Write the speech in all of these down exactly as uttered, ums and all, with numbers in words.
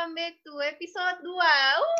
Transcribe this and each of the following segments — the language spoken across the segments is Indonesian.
welcome back to episode dua.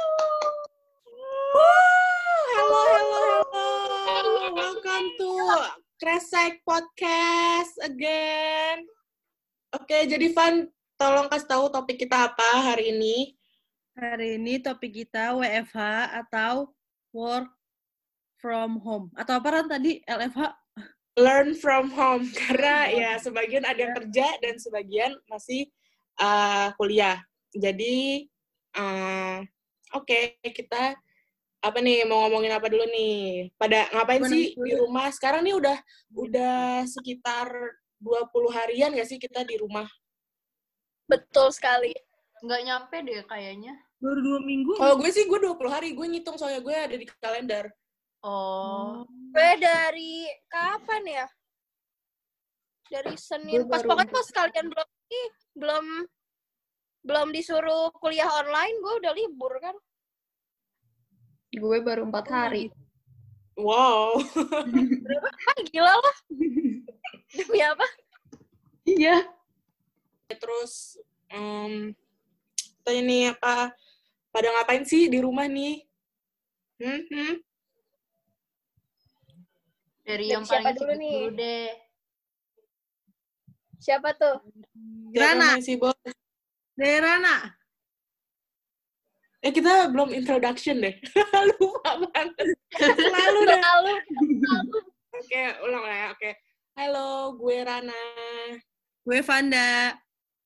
Halo, halo, halo. Welcome to Kresek Podcast again. Oke, jadi Van, tolong kasih tahu topik kita apa hari ini. Hari ini topik kita W F H atau work from home. Atau apa Ran tadi? L F H? Learn from home. Karena ya sebagian ada yang kerja dan sebagian masih uh, kuliah. Jadi, uh, oke, okay, kita apa nih, mau ngomongin apa dulu nih? Pada ngapain Mana sih dulu? di rumah? Sekarang nih udah udah sekitar dua puluh harian gak sih kita di rumah? Betul sekali. Nggak nyampe deh kayaknya. Baru dua minggu. Kalau gue sih, gue dua puluh hari. Gue ngitung soalnya gue ada di kalender. Oh. Gue dari kapan ya? Dari Senin. Gue Pas baru- pokoknya pas kalian belum ih, belum belum disuruh kuliah online, gue udah libur kan. Gue baru empat hari. Wow. Ah, gila lah. Demi apa? Iya. Terus, um, tanya nih, apa, pada ngapain sih di rumah nih? Hmm, hmm? Dari Dari yang siapa paling dulu sibuk nih? dulu deh. Siapa tuh? Rana. Siapa sih, Bos? Dari Rana. Eh, kita belum introduction deh. Lupa banget. Selalu deh. Lalu Oke, ulang lah ya. Oke. Halo, gue Rana. Gue Vanda.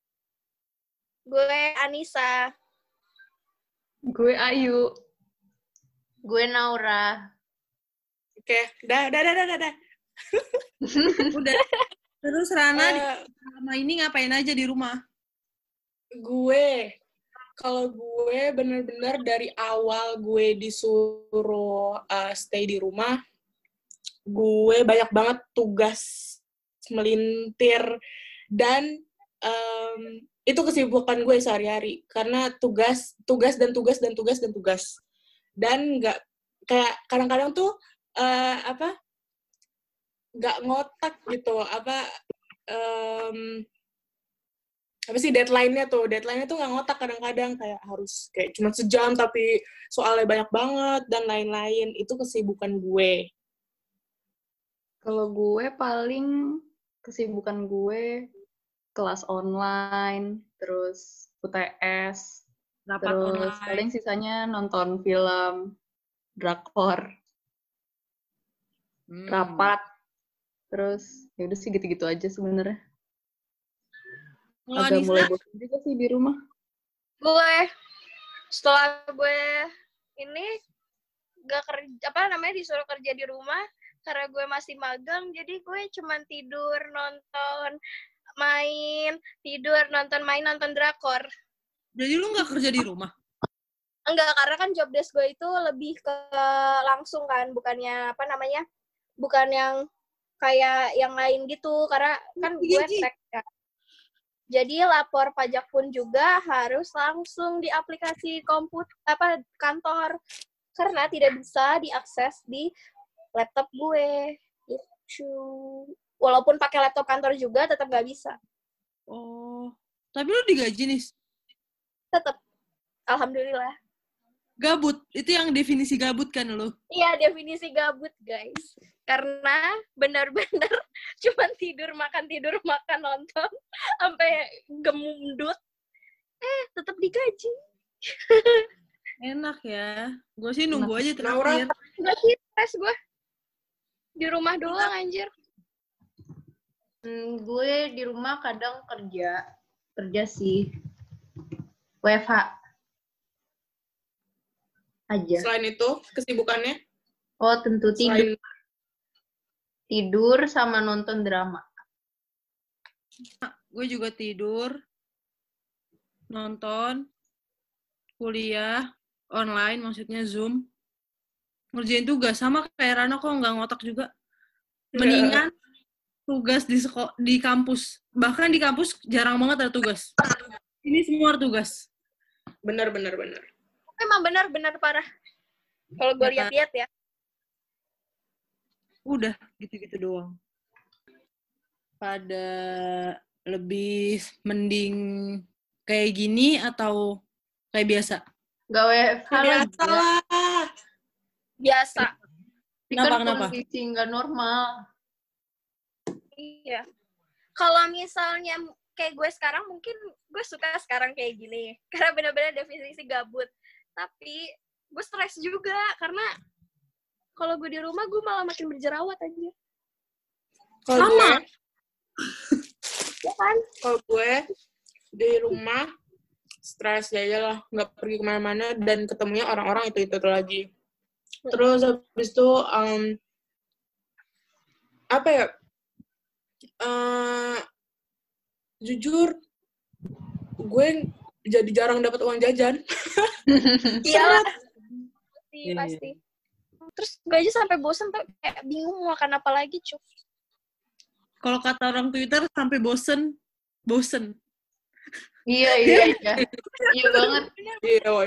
gue Anissa. Gue Ayu. Gue Naura. Oke, dah, dah, dah, dah, dah, dah. Udah. Terus Rana di Eh, selama ini ngapain aja di rumah? gue, kalau gue bener-bener dari awal gue disuruh uh, stay di rumah, gue banyak banget tugas melintir dan um, itu kesibukan gue sehari-hari karena tugas, tugas dan tugas dan tugas dan tugas dan nggak kayak kadang-kadang tuh uh, apa nggak ngotak gitu apa um, apa sih deadline-nya tuh deadline-nya tuh nggak ngotak kadang-kadang kayak harus kayak cuma sejam tapi soalnya banyak banget dan lain-lain. Itu kesibukan gue. Kalau gue paling kesibukan gue kelas online, terus U T S, Rapat terus online. paling sisanya nonton film, drakor, Hmm. rapat, terus ya udah sih gitu-gitu aja sebenarnya. Kalau Agak mulai Anissa, bosan juga sih di rumah. Gue setelah gue ini gak kerja apa namanya disuruh kerja di rumah karena gue masih magang, jadi gue cuman tidur, nonton, main, tidur, nonton, main, nonton drakor. jadi lu nggak kerja di rumah? Enggak, karena kan job desk gue itu lebih ke langsung kan, bukannya apa namanya, bukan yang kayak yang lain gitu, karena kan gue Iya, Ji. track kan. Jadi lapor pajak pun juga harus langsung di aplikasi komputer apa kantor, karena tidak bisa diakses di laptop gue. Gitu. Walaupun pakai laptop kantor juga tetap nggak bisa. Oh. Tapi lu digaji nih. Tetap, alhamdulillah. Gabut. Itu yang definisi gabut kan lu? Iya, definisi gabut, guys. Karena benar-benar cuma tidur, makan, tidur, makan, nonton, sampai gemundut. Eh, tetap digaji. Enak ya. Gue sih nunggu aja Naura? terakhir. Nggak sih, stres gue. Di rumah doang, anjir. Hmm, gue di rumah kadang kerja. Kerja sih. W F H. Aja. Selain itu, kesibukannya? Oh, tentu tidur. Selain Tidur sama nonton drama. Gue juga tidur, nonton, kuliah, online, maksudnya Zoom, ngerjain tugas. Sama kayak Rana kok nggak ngotak juga. Mendingan tugas di seko- di kampus. Bahkan di kampus jarang banget ada tugas. Ini semua tugas. bener, bener, bener. Emang benar-benar parah. Kalau gue Ya kan? lihat-lihat ya. Udah, gitu-gitu doang. Pada lebih mending kayak gini atau Kayak biasa. Gak W F H Biasa lagi ya. lah. Biasa. Ini Kenapa, kan kenapa? kondisi nggak normal. Iya. Kalau misalnya kayak gue sekarang, mungkin gue suka sekarang kayak gini. Karena benar-benar definisi gabut. Tapi gue stres juga. Karena kalau gue di rumah, gue malah makin berjerawat aja. Kalau Sama. gue, Ya kan? kalau gue di rumah stres ya lah, nggak pergi kemana-mana dan ketemunya orang-orang itu itu lagi. Terus habis itu um, apa ya? Uh, jujur, gue jadi jarang dapat uang jajan. Iya. Pasti, Iya, iya. pasti. Terus gue aja sampai bosen tuh kayak bingung mau makan apa lagi, cuy. Kalau kata orang Twitter sampai bosen, bosen. Iya, iya, iya. Iya banget. Iya, woy.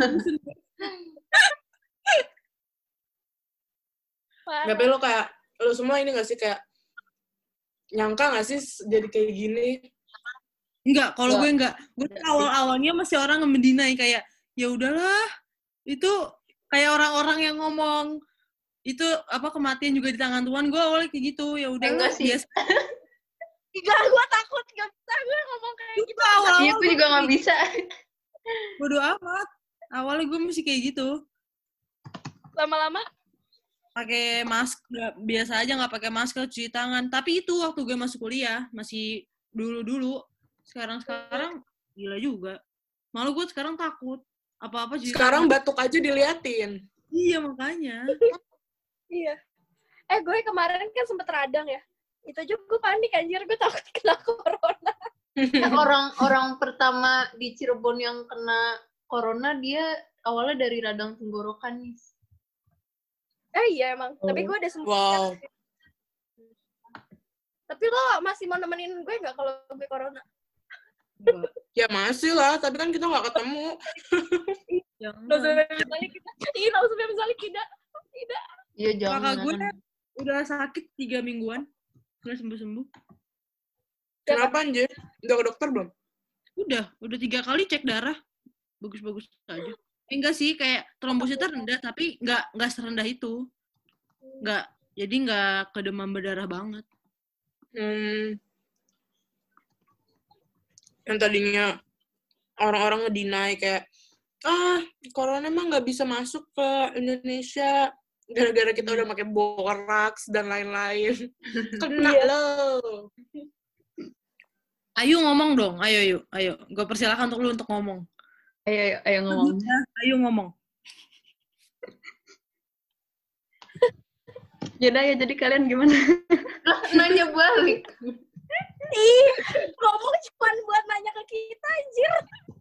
Tapi lo kayak, lo semua ini gak sih kayak, nyangka gak sih jadi kayak gini? Enggak, kalau Enggak. gue enggak. Gue tuh awal-awalnya masih orang ngedeny kayak, ya udahlah, itu kayak orang-orang yang ngomong, itu apa kematian juga di tangan Tuhan. Gue awalnya kayak gitu, ya udahlah Enggak sih. biasa. Enggak, gue takut. Gak bisa gue ngomong kayak gitu. Itu awal-awal Iya, aku juga nggak bisa. bodo amat. Awalnya gue masih kayak gitu. Lama-lama, Pakai masker, biasa aja nggak pakai masker, cuci tangan. Tapi itu waktu gue masuk kuliah, masih dulu-dulu. Sekarang-sekarang gila juga. Malu gue sekarang takut. Apa-apa cuci Sekarang tangan. batuk aja diliatin. Iya, makanya. iya. Eh, gue kemarin kan sempet radang ya. Itu aja gue panik, anjir. Gue takut kena corona. Orang-orang pertama di Cirebon yang kena corona, dia awalnya dari radang tenggorokan nih. Eh, iya emang. Oh. Tapi gue udah sembuh. Wow. Tapi lo masih mau nemenin gue nggak kalau gue corona? Ya masih lah, tapi kan kita nggak ketemu. Jangan. Lo sampai misalnya kita, iya, lo sampai misalnya kita, tidak. Iya, Kakak jangan. gue udah sakit tiga mingguan. Udah sembuh-sembuh. Kenapa anjir? Udah ke dokter belum? Udah, udah tiga kali cek darah. Bagus-bagus aja. Eh, enggak sih, kayak trombositnya rendah, tapi enggak, enggak serendah itu. Enggak, jadi enggak ke demam berdarah banget. Hmm. Yang tadinya orang-orang ngedeny kayak, ah, corona emang nggak bisa masuk ke Indonesia. Gara-gara kita udah pakai borax dan lain-lain. Kena lo. Ayo ngomong dong, ayo, ayo, ayo. Gue persilakan untuk lu untuk ngomong. Ayo, ayo, ayo ngomong. Ayo ngomong. Yaudah ya, jadi kalian gimana? Lah, nanya balik. Ih, ngomong cuma buat nanya ke kita, anjir.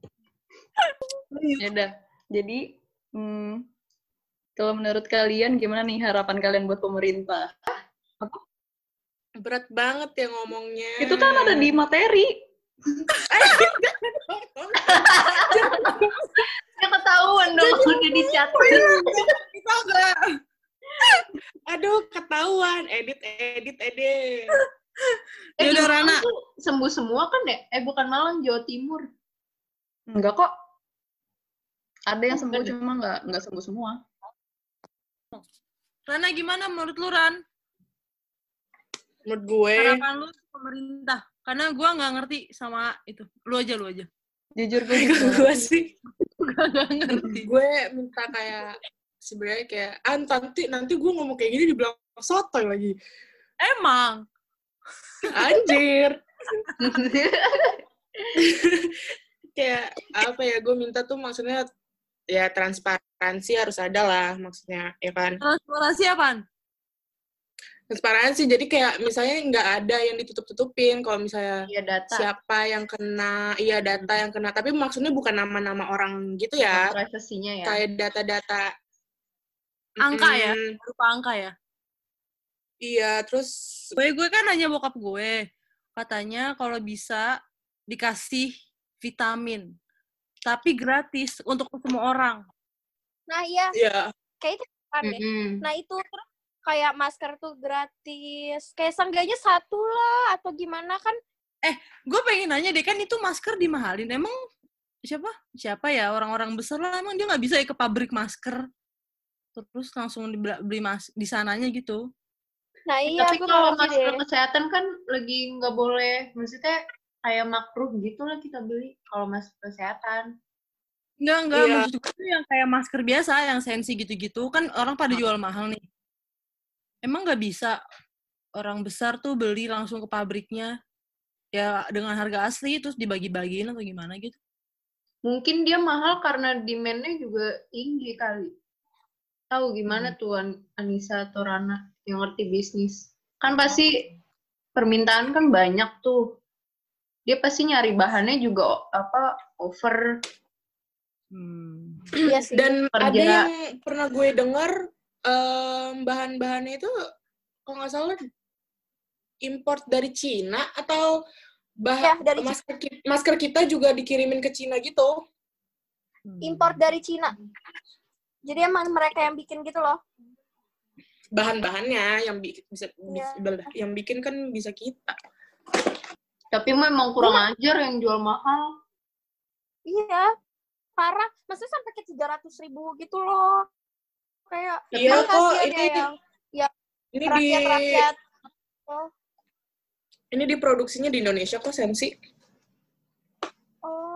Yaudah, jadi hmm, kalau menurut kalian gimana nih harapan kalian buat pemerintah? Berat banget ya ngomongnya. Itu kan ada di materi. Ya ketahuan dong, udah dicatat. Kita enggak. Aduh, ketahuan. Edit, edit, edit. Eh, Yaudah, di Malang Rana. tuh sembuh semua kan ya? Eh, bukan Malang, Jawa Timur. Enggak kok. Ada yang sembuh, Ada. cuma nggak nggak sembuh semua. Rana, gimana menurut lu, Ran? Menurut gue, Harapan lu ke pemerintah? Karena gue nggak ngerti sama itu. Lu aja, lu aja. Jujur gue kalau juga. gue sih, Gak ngerti. gue minta kayak, sebenarnya kayak, ah, nanti, nanti gue ngomong kayak gini dibilang sotoy lagi. Emang. Anjir. Kayak, apa ya, gue minta tuh maksudnya, ya transparansi harus ada lah, maksudnya, ya kan? Transparansi apaan? Transparansi, jadi kayak misalnya nggak ada yang ditutup-tutupin kalau misalnya Iya, data. siapa yang kena, iya data yang kena, tapi maksudnya bukan nama-nama orang gitu ya, Privasinya ya. kayak data-data. Angka ya? Mm, Berupa angka ya? iya, terus Gue, gue kan nanya bokap gue. Katanya kalau bisa dikasih vitamin. Tapi gratis untuk semua orang. Nah, iya, ya kayak itu kan deh. Mm-mm. Nah, itu terus kayak masker tuh gratis. Kayak seenggaknya satu lah, atau gimana kan. Gue pengen nanya deh, kan itu masker dimahalin. Emang siapa? Siapa ya? Orang-orang besar lah, emang dia nggak bisa ya ke pabrik masker. Terus langsung dibeli beli mas di sananya gitu. Nah Eh, iya, tapi gue kalau ngerti masker deh. kesehatan kan lagi nggak boleh, maksudnya kayak makruh gitu lah kita beli kalau masker kesehatan. Enggak, enggak. Iya. Maksud gue tuh yang kayak masker biasa, yang sensi gitu-gitu. Kan orang pada jual mahal nih. Emang nggak bisa orang besar tuh beli langsung ke pabriknya? Ya dengan harga asli, terus dibagi-bagiin atau gimana gitu? Mungkin dia mahal karena demand-nya juga tinggi kali. Tahu gimana tuh An- Anissa atau Rana yang ngerti bisnis? Kan pasti permintaan kan banyak tuh. Dia pasti nyari bahannya juga o- apa over. Hmm. Iya sih. Dan Kerja. ada yang pernah gue dengar em, bahan-bahannya itu kalau nggak salah import dari Cina atau Ya, bahan dari masker ki- masker kita juga dikirimin ke Cina gitu. import dari Cina. Jadi emang mereka yang bikin gitu loh. Bahan-bahannya yang bi- bisa Iya. bi- yang bikin kan bisa kita. Tapi memang kurang ajar yang jual mahal. Iya, parah. Maksudnya sampai ke tiga ratus ribu gitu loh. Kayak, Iya kan kok, kasihan ini- ya yang yang Ini di rakyat-rakyat. Oh, ini diproduksinya di Indonesia kok Sensi. oh.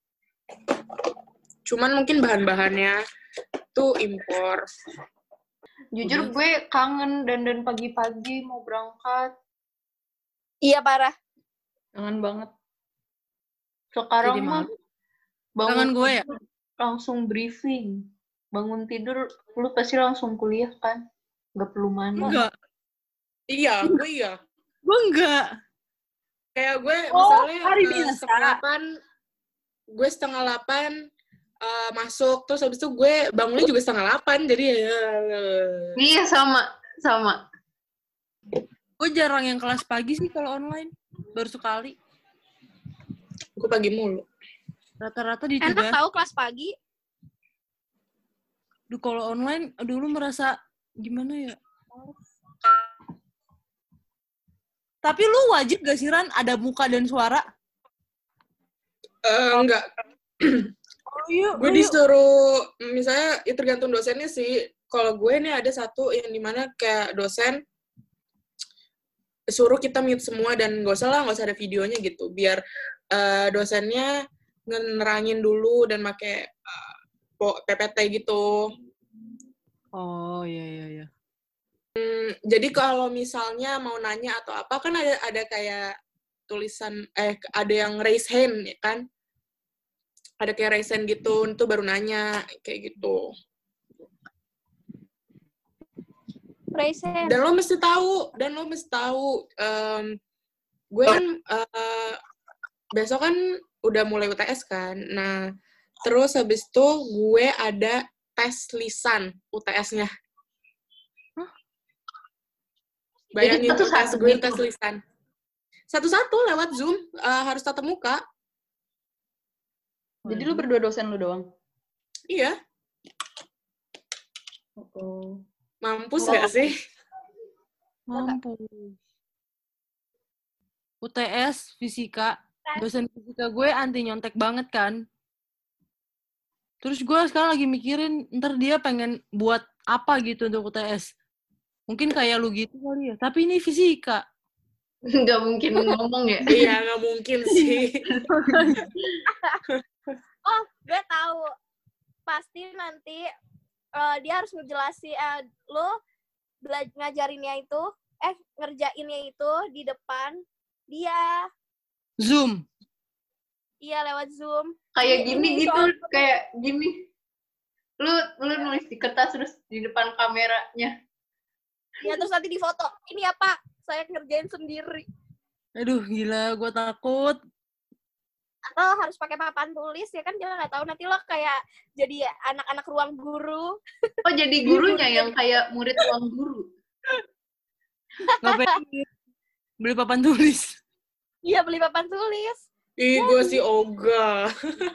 Cuman mungkin bahan-bahannya tuh impor. Jujur gue kangen dandan pagi-pagi mau berangkat. Iya, parah. Kangen banget. Sekarang Jadi mah malu. bangun Kangen gue ya? tidur langsung briefing. Bangun tidur lu pasti langsung kuliah kan? Gak perlu mandi. Enggak. Iya, gue iya. Gue enggak. Kayak gue Oh, misalnya hari eh, biasa. setengah delapan, gue setengah delapan eh, masuk, terus habis itu gue bangunnya juga setengah delapan, jadi ya. Iya sama, sama. Gue jarang yang kelas pagi sih kalau online. Baru sekali. Gue pagi mulu. Rata-rata di Enak tugas. tahu kelas pagi. Duh, kalau online, dulu merasa gimana ya? Tapi lu wajib gak sih, Ran, ada muka dan suara? Eh, enggak, Oh, yuk, gue disuruh, misalnya ya tergantung dosennya sih. Kalau gue nih ada satu yang dimana kayak dosen suruh kita mute semua dan gak usah lah, gak usah ada videonya gitu. Biar eh, dosennya ngerangin dulu dan pakai eh, po- P P T gitu. Oh, iya, iya, iya. Jadi kalau misalnya mau nanya atau apa, kan ada ada kayak tulisan, eh ada yang raise hand, ya kan? Ada kayak raise hand gitu, itu baru nanya, kayak gitu. Raise hand. Dan lo mesti tahu, dan lo mesti tahu, um, gue kan uh, besok kan udah mulai U T S kan. Nah, terus habis itu gue ada tes lisan U T S-nya. Bayangin Jadi tuh tes satu-satu gue gitu. tes lisan. Satu-satu lewat Zoom, uh, harus tatap muka. Jadi lu berdua dosen lu doang? Iya. Oh. Mampus Oh. gak sih? Mampu. U T S, fisika. Dosen fisika gue anti nyontek banget kan. Terus gue sekarang lagi mikirin, ntar dia pengen buat apa gitu untuk U T S. Mungkin kayak lu gitu kali ya. Tapi ini fisika. Nggak mungkin ngomong ya. Iya, nggak mungkin sih. Oh, gue tahu. Pasti nanti uh, dia harus ngejelasin, uh, lo belajar ngajarinnya itu, eh ngerjainnya itu di depan dia. Zoom. Iya, lewat Zoom. Kayak Ini- gini ini gitu, soal- kayak gini. Lu lu nulis di kertas terus di depan kameranya. Ya, terus nanti difoto. Ini ya, Pak. Saya ngerjain sendiri. Aduh, gila. Gue takut. Atau harus pakai papan tulis, ya kan kita nggak tahu. Nanti lo kayak jadi anak-anak ruang guru. Oh, jadi gurunya yang kayak murid ruang guru. Ngapain beli papan tulis? Iya, beli papan tulis. Ih, gue sih ogah.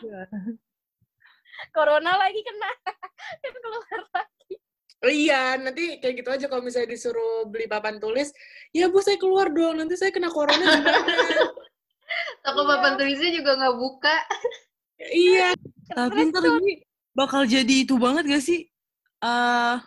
Corona lagi kena. Kan keluar lagi. Iya, nanti kayak gitu aja kalau misalnya disuruh beli papan tulis, ya Bu saya keluar dong, nanti saya kena corona gimana? Toko papan tulisnya juga nggak buka. Iya. Tapi ntar ini bakal jadi itu banget gak sih? Uh,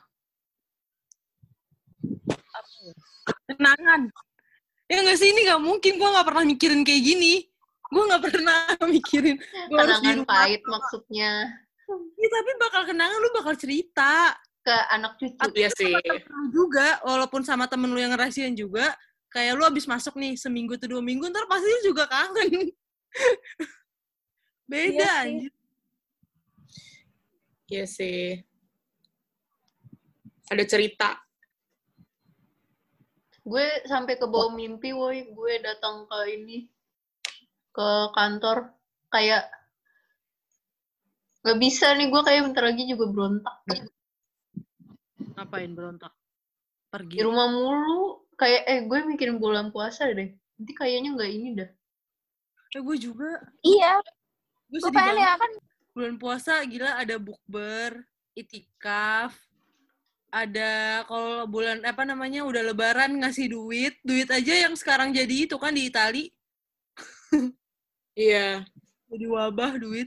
kenangan. Ya gak sih, ini gak mungkin. Gue gak pernah mikirin kayak gini. Gue gak pernah mikirin. Gua harus di Kenangan rumah. pahit maksudnya. Ya, tapi bakal kenangan, lu bakal cerita. Ke anak cucu. Atau Iya sih. juga, walaupun sama temen lu yang ngerahasiain juga, kayak lu abis masuk nih seminggu atau dua minggu, ntar pasti lu juga kangen. Beda Iya sih. anjir. Iya sih. Ada cerita. Gue sampai ke bawah mimpi, woi. Gue datang ke ini, ke kantor. Kayak, gak bisa nih, gue kayak bentar lagi juga berontak. Ngapain berontak? Pergi. Di rumah mulu. Kayak, eh gue mikirin bulan puasa deh. Nanti kayaknya gak ini dah. Eh, gue juga. Iya. Gue Gue sedih pengen banget. ya kan. Bulan puasa, gila ada bukber, itikaf, ada kalau bulan, apa namanya, udah lebaran ngasih duit. Duit aja yang sekarang jadi itu kan di Itali. Iya. Jadi wabah duit.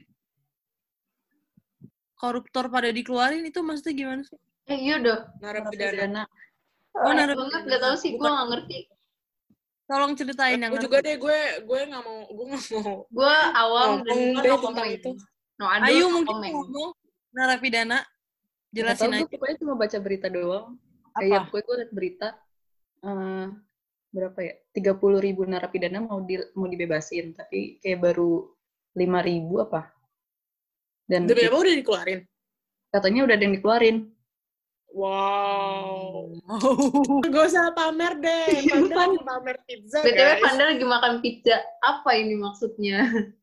Koruptor pada dikeluarin, itu maksudnya gimana sih? Eh iya dah. Narapidana. Oh, Eh, narapidana. banget gak tau sih, gue gak ngerti. Tolong ceritain yang Gue ngerti. juga deh, gue gue nggak mau, gue nggak mau. Gue awam dan Ngomong gue deh no tentang comment. itu. No ada Ayo no mungkin comment. ngomong narapidana. Gak Jelasin tau, gue aja. pokoknya cuma baca berita doang. Apa? Kayak gue, gue liat berita, uh, berapa ya, tiga puluh ribu narapidana mau di, mau dibebasin, tapi kayak baru lima ribu apa. Dan Demi apa udah dikeluarin? katanya udah ada yang dikeluarin. Wow. Gak usah pamer deh. Panda lagi pamer pizza, B T W guys. Panda lagi makan pizza. Apa ini maksudnya?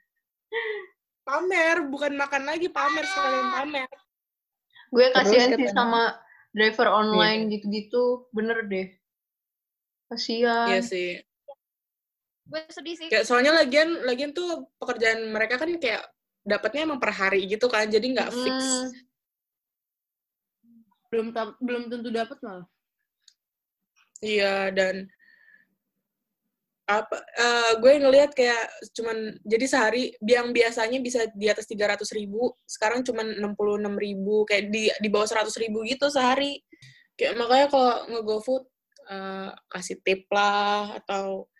Pamer, bukan makan lagi, pamer sekalian pamer. Gue Terus kasihan sih katanya- sama driver online gitu-gitu. Bener deh. Kasihan. Iya sih. Gue sedih sih. Kayak soalnya lagian lagian tuh pekerjaan mereka kan kayak dapatnya emang per hari gitu kan, jadi nggak fix. Hmm. belum ta- belum tentu dapat malah. Iya, dan apa uh, gue ngelihat kayak cuman jadi sehari yang biasanya bisa di atas tiga ratus ribu, sekarang cuman enam puluh enam ribu, kayak di di bawah seratus ribu gitu sehari. Kayak makanya kalau nge-GoFood uh, kasih tip lah atau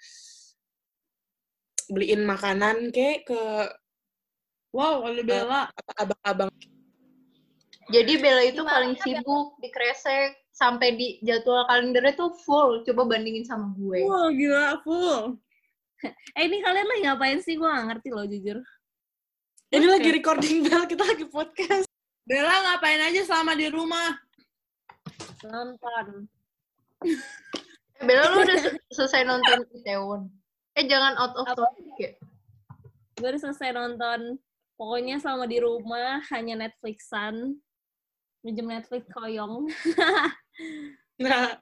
beliin makanan kayak ke Wow, ada Bella. uh, abang-abang. Jadi Bella itu paling sibuk di Kresek. Sampai di jadwal kalendernya tuh full. Coba bandingin sama gue. Wow, gila, full. Eh, ini kalian lagi ngapain sih? Gue gak ngerti loh, jujur. Ini lagi recording Bel, kita lagi podcast. Bella ngapain aja selama di rumah? Nonton. Eh, Bella lu udah selesai nonton Itaewon. Eh jangan out of topic ya. Gue udah selesai nonton. Pokoknya selama di rumah hanya Netflixan. Minjem Netflix koyong. Nah,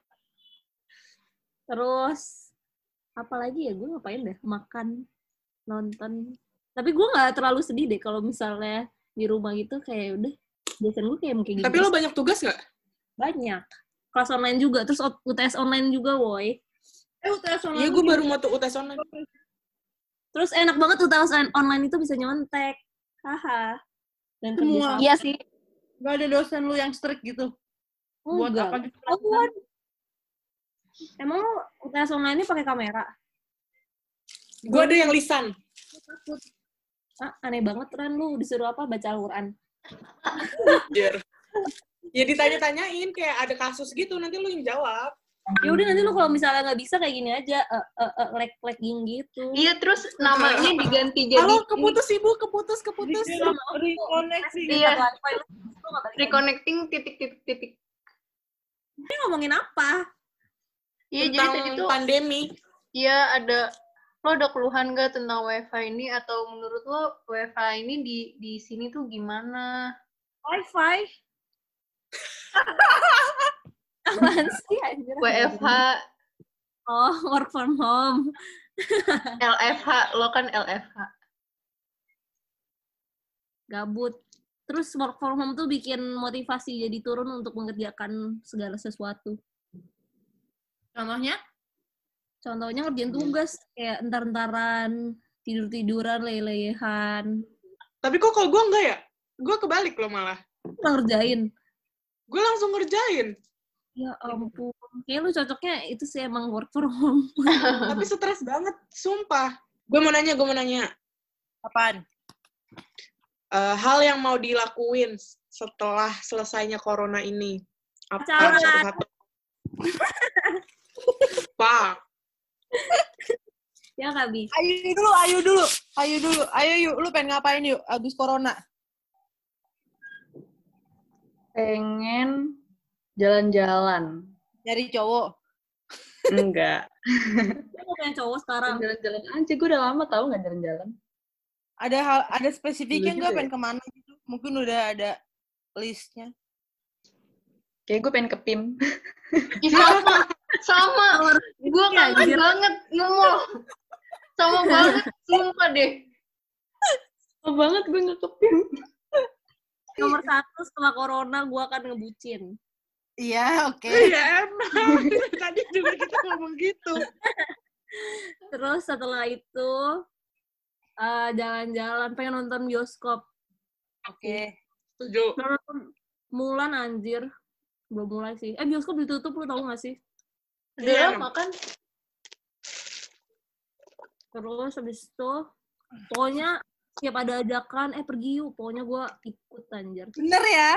Terus apa lagi ya? Gue ngapain deh? Makan, nonton. Tapi gue nggak terlalu sedih deh kalau misalnya di rumah gitu kayak udah. Biasanya gue kayak kayak gitu. tapi lo banyak tugas nggak? Banyak. Kelas online juga. Terus U T S online juga, woy. Eh, U T S online. Iya, gue baru mau tuh U T S online. Terus enak banget U T S online itu bisa nyontek. Haha. Dan kerja Semua. sama. Iya sih. Gak ada dosen lu yang strict gitu. Buat Enggak. apa gitu? Oh, emang lo U T S online ini pakai kamera? Gue ada yang lisan. Takut. Ah, aneh banget Ren, lu disuruh apa? Baca Al-Quran. Jer. Ya ditanya-tanyain kayak ada kasus gitu, nanti lu yang jawab. Ya udah nanti lu kalau misalnya nggak bisa kayak gini aja, uh, uh, uh, lag-lagging gitu. Iya terus namanya diganti jadi Halo, keputus ibu, keputus, keputus. Reconnecting. Iya. Lu nggak balik. reconnecting titik-titik-titik. Ini ngomongin apa? Iya jadi Tentang tadi tuh pandemi. iya ada lo ada keluhan gak tentang wifi ini atau menurut lo wifi ini di di sini tuh gimana? Wi-Fi. Apaan sih anjir? W F H, Oh, work from home. L F H, lo kan L F H. Gabut. Terus work from home tuh bikin motivasi jadi turun untuk mengerjakan segala sesuatu. Contohnya? Contohnya ngerjain tugas, kayak entar-entaran, tidur-tiduran, lele-lehan. Tapi kok kalau gue enggak ya? Gue kebalik loh malah. Ngerjain. Gue langsung ngerjain. Ya ampun. Kayaknya lu cocoknya itu sih emang work from home. Tapi stres banget, sumpah. Gue mau nanya, gue mau nanya. Apaan? Uh, hal yang mau dilakuin setelah selesainya corona ini. Apa Pacaran. satu-satu? Pak. Ya Kak Bi. Ayo dulu, ayo dulu. Ayo dulu. Ayo yuk, lu pengen ngapain yuk abis corona? Pengen jalan-jalan. Nyari cowok. Enggak. Gue mau pengen cowok sekarang. Jalan-jalan aja. Gue udah lama tau nggak jalan-jalan. Ada hal ada spesifiknya Dulu nggak juga pengen kemana gitu? Mungkin udah ada listnya. Kayak gue pengen ke P I M. Ih, sama, sama. Gue Iya, kangen anjir. banget ngomong. Sama banget, sumpah deh. Lama banget gue nggak ke P I M. Nomor satu setelah corona gue akan ngebucin. Iya, oke. Iya emang. Tadi juga kita ngomong gitu. Terus setelah itu eh, jalan-jalan, pengen nonton bioskop. Oke. Setuju. Belum nonton Mulan anjir. Belum mulai sih. Eh bioskop ditutup lu tau gak sih? Udah Iya. lama kan? Terus habis itu pokoknya tiap ada ajakan eh pergi yuk, pokoknya gue ikut anjir. Bener ya?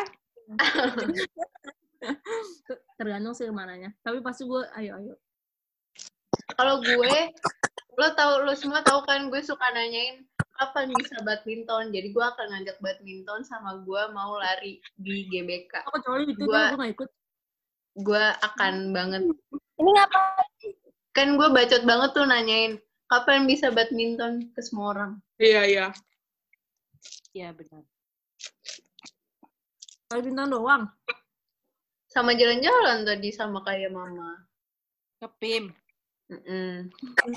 Tergantung sih kemananya. Tapi pasti gue ayo ayo. Kalau gue, lo tau, lo semua tahu kan gue suka nanyain kapan bisa badminton. Jadi gue akan ngajak badminton sama gue mau lari di G B K. Oh, kecuali itu Gua- gue gak ikut. Gue akan banget. Ini ngapain? Kan gue bacot banget tuh nanyain kapan bisa badminton ke semua orang. Iya, iya. Iya, benar. Badminton doang. Sama jalan-jalan tadi sama kayak mama. Ke P I M. Mm-mm.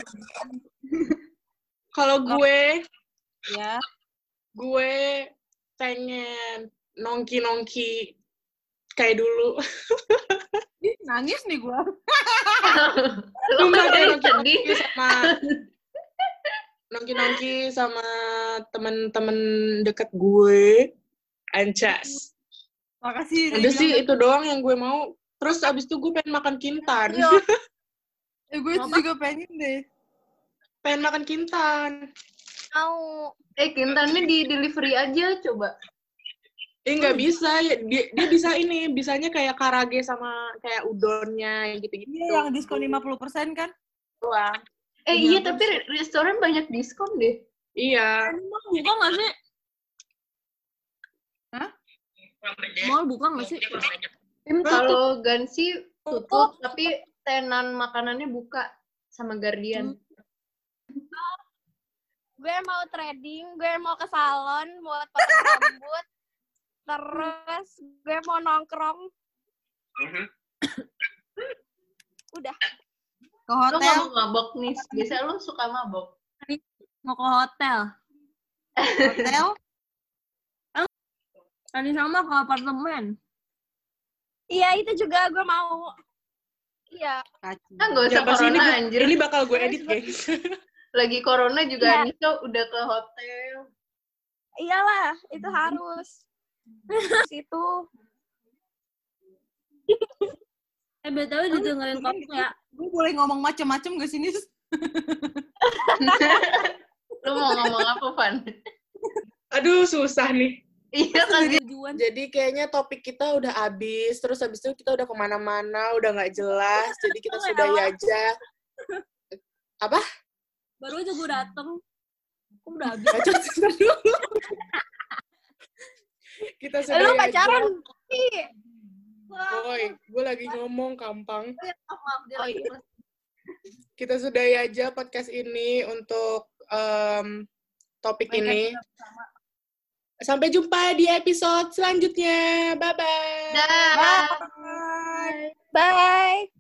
Kalau gue, Ya. gue pengen nongki-nongki kayak dulu. Ih, nangis nih gua. Lo Sumpah kan kayak dari tadi. nongki-nongki sama nongki-nongki sama temen-temen deket gue. Ancas. Makasih. Udah sih itu doang yang gue mau. Terus abis itu gue pengen makan kintan. Iya. Eh, gue itu Apa? juga pengen deh. Pengen makan kintan. Mau. Eh, kintannya di delivery aja coba. Eh nggak bisa, ya, dia, dia bisa ini, bisanya kayak karage sama kayak udonnya gitu-gitu. Iya, yang diskon lima puluh persen kan? doang. Eh, Iya, iya, tapi re- restoran banyak diskon deh. Iya. Mall buka gak sih? Hah? Mall buka gak sih? Tim kalau Gansi tutup, tapi tenan makanannya buka sama Guardian. Gue mau trading, gue mau ke salon buat potong rambut. Terus gue mau nongkrong. Udah. Ke Lo hotel. nggak mau mabok nih? Biasanya lo suka mabok. Mau ke hotel. Hotel. Tadi sama ke apartemen. Iya, itu juga gue mau. Iya. Kaci. Ah, nggak usah Ya, pas ini, corona, gue- anjir. ini bakal gue edit, guys. Lagi corona juga Iya. Anissa udah ke hotel. Iyalah, itu harus. Situ. Eh, B T W didengerin kok ya. Gue boleh ngomong macem-macem gak sih, Nis? Lo mau ngomong apa, Van? Aduh, susah nih. Iya kan? Tujuan. Jadi kayaknya topik kita udah habis, terus habis itu kita udah kemana-mana, udah nggak jelas, jadi kita sudahi aja. Apa? Baru aja gue dateng. Kok udah habis? Baca sebentar dulu. Kita sudahi Lu aja. pacaran? Ih. Wah, Boy, gue lagi ngomong gampang. Maaf, maaf. Dia Oh, lagi iya. Kita sudahi aja podcast ini untuk em, topik ini. Sampai jumpa di episode selanjutnya. Bye-bye. Dah. Bye. bye.